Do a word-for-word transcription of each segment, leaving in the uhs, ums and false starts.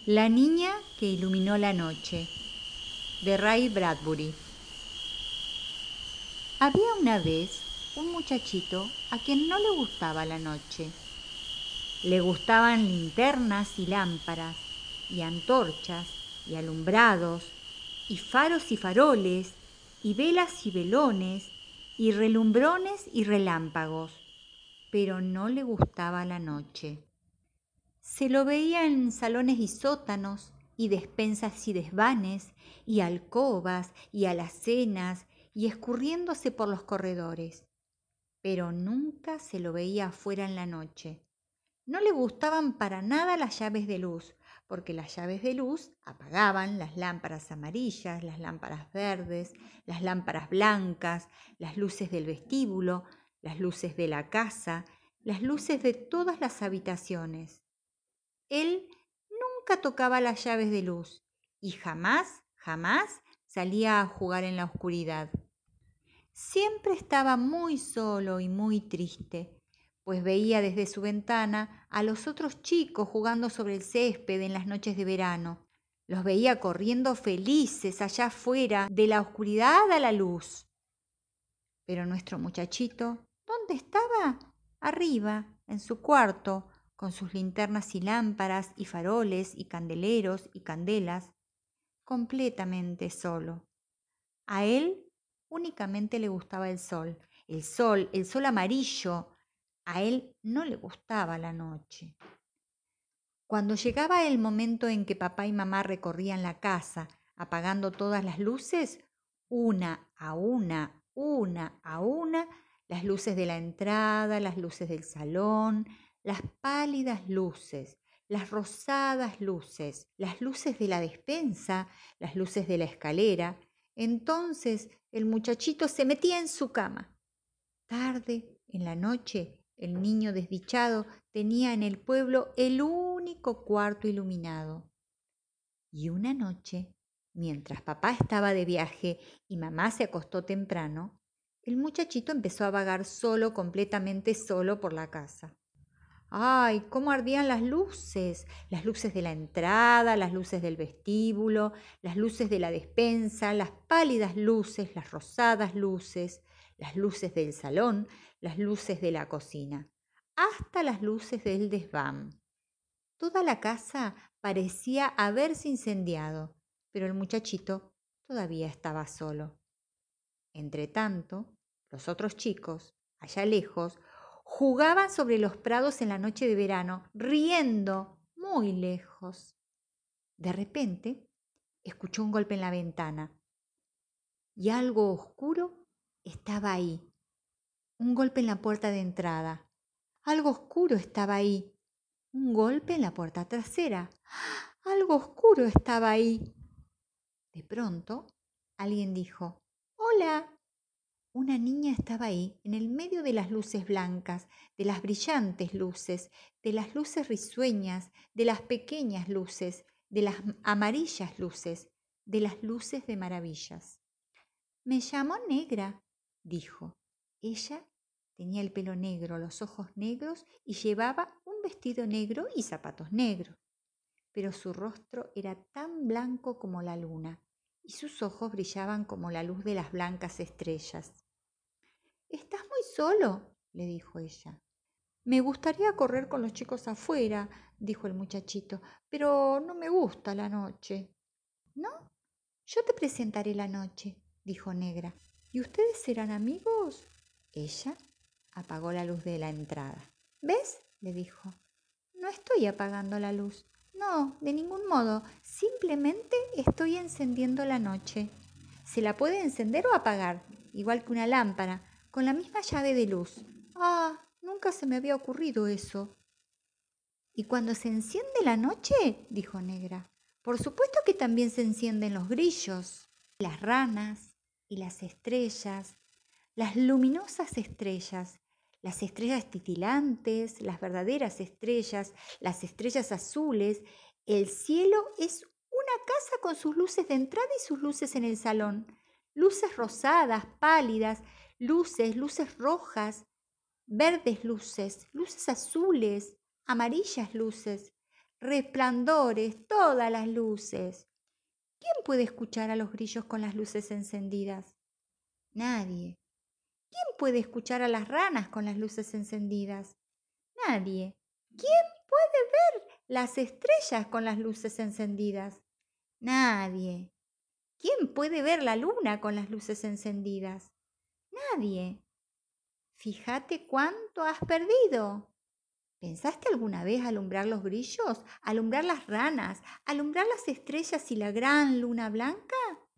La niña que iluminó la noche, de Ray Bradbury. Había una vez un muchachito a quien no le gustaba la noche. Le gustaban linternas y lámparas, y antorchas, y alumbrados, y faros y faroles, y velas y velones, y relumbrones y relámpagos, pero no le gustaba la noche. Se lo veía en salones y sótanos, y despensas y desvanes, y alcobas y alacenas, y escurriéndose por los corredores. Pero nunca se lo veía afuera en la noche. No le gustaban para nada las llaves de luz, porque las llaves de luz apagaban las lámparas amarillas, las lámparas verdes, las lámparas blancas, las luces del vestíbulo, las luces de la casa, las luces de todas las habitaciones. Él nunca tocaba las llaves de luz y jamás, jamás salía a jugar en la oscuridad. Siempre estaba muy solo y muy triste, pues veía desde su ventana a los otros chicos jugando sobre el césped en las noches de verano. Los veía corriendo felices allá afuera, de la oscuridad a la luz. Pero nuestro muchachito, ¿dónde estaba? Arriba, en su cuarto, con sus linternas y lámparas y faroles y candeleros y candelas, completamente solo. A él únicamente le gustaba el sol, el sol, el sol amarillo. A él no le gustaba la noche. Cuando llegaba el momento en que papá y mamá recorrían la casa, apagando todas las luces, una a una, una a una, las luces de la entrada, las luces del salón, las pálidas luces, las rosadas luces, las luces de la despensa, las luces de la escalera, entonces el muchachito se metía en su cama. Tarde, en la noche, el niño desdichado tenía en el pueblo el único cuarto iluminado. Y una noche, mientras papá estaba de viaje y mamá se acostó temprano, el muchachito empezó a vagar solo, completamente solo por la casa. ¡Ay, cómo ardían las luces! Las luces de la entrada, las luces del vestíbulo, las luces de la despensa, las pálidas luces, las rosadas luces, las luces del salón, las luces de la cocina, hasta las luces del desván. Toda la casa parecía haberse incendiado, pero el muchachito todavía estaba solo. Entretanto, los otros chicos, allá lejos, jugaban sobre los prados en la noche de verano, riendo muy lejos. De repente, escuchó un golpe en la ventana y algo oscuro estaba ahí. Un golpe en la puerta de entrada. Algo oscuro estaba ahí. Un golpe en la puerta trasera. Algo oscuro estaba ahí. De pronto, alguien dijo, «Hola». Una niña estaba ahí, en el medio de las luces blancas, de las brillantes luces, de las luces risueñas, de las pequeñas luces, de las amarillas luces, de las luces de maravillas. «Me llamo Negra», dijo. Ella tenía el pelo negro, los ojos negros y llevaba un vestido negro y zapatos negros. Pero su rostro era tan blanco como la luna y sus ojos brillaban como la luz de las blancas estrellas. «¿Estás muy solo?», le dijo ella. «Me gustaría correr con los chicos afuera», dijo el muchachito, «pero no me gusta la noche». «¿No? Yo te presentaré la noche», dijo Negra. «¿Y ustedes serán amigos?». Ella apagó la luz de la entrada. «¿Ves?», le dijo. «No estoy apagando la luz. No, de ningún modo. Simplemente estoy encendiendo la noche. Se la puede encender o apagar, igual que una lámpara, con la misma llave de luz». «Ah, nunca se me había ocurrido eso». «¿Y cuando se enciende la noche?», dijo Negra. «Por supuesto que también se encienden los grillos, las ranas y las estrellas, las luminosas estrellas, las estrellas titilantes, las verdaderas estrellas, las estrellas azules. El cielo es una casa con sus luces de entrada y sus luces en el salón. Luces rosadas, pálidas, luces, luces rojas, verdes luces, luces azules, amarillas luces. resplandores, todas las luces. ¿Quién puede escuchar a los grillos con las luces encendidas? Nadie. ¿Quién puede escuchar a las ranas con las luces encendidas? Nadie. ¿Quién puede ver las estrellas con las luces encendidas? Nadie. ¿Quién puede ver la luna con las luces encendidas? Nadie. Fíjate cuánto has perdido. ¿Pensaste alguna vez alumbrar los grillos, alumbrar las ranas, alumbrar las estrellas y la gran luna blanca?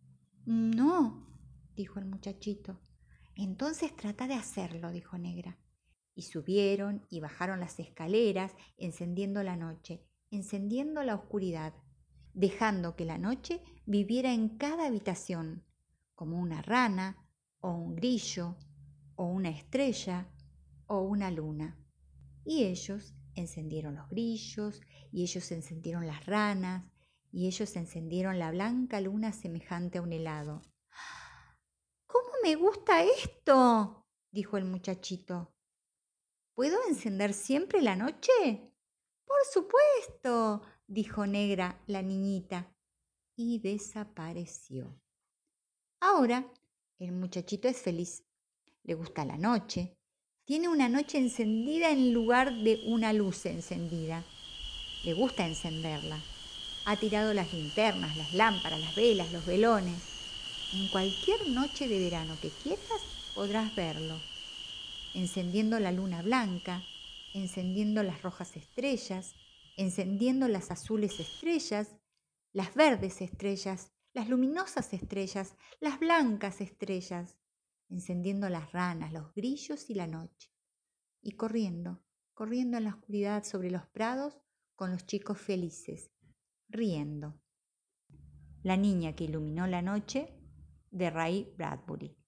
No, dijo el muchachito. Entonces trata de hacerlo, dijo Negra. Y subieron y bajaron las escaleras, encendiendo la noche, encendiendo la oscuridad, dejando que la noche viviera en cada habitación, como una rana, o un grillo, o una estrella, o una luna. Y ellos encendieron los grillos, y ellos encendieron las ranas, y ellos encendieron la blanca luna semejante a un helado. ¿Cómo me gusta esto?, dijo el muchachito. ¿Puedo encender siempre la noche? Por supuesto, dijo Negra, la niñita, y desapareció. Ahora el muchachito es feliz. Le gusta la noche. Tiene una noche encendida en lugar de una luz encendida. Le gusta encenderla. Ha tirado las linternas, las lámparas, las velas, los velones. En cualquier noche de verano que quieras podrás verlo. Encendiendo la luna blanca, encendiendo las rojas estrellas, encendiendo las azules estrellas, las verdes estrellas, las luminosas estrellas, las blancas estrellas, encendiendo las ranas, los grillos y la noche. Y corriendo, corriendo en la oscuridad sobre los prados con los chicos felices, riendo. La niña que iluminó la noche, de Ray Bradbury.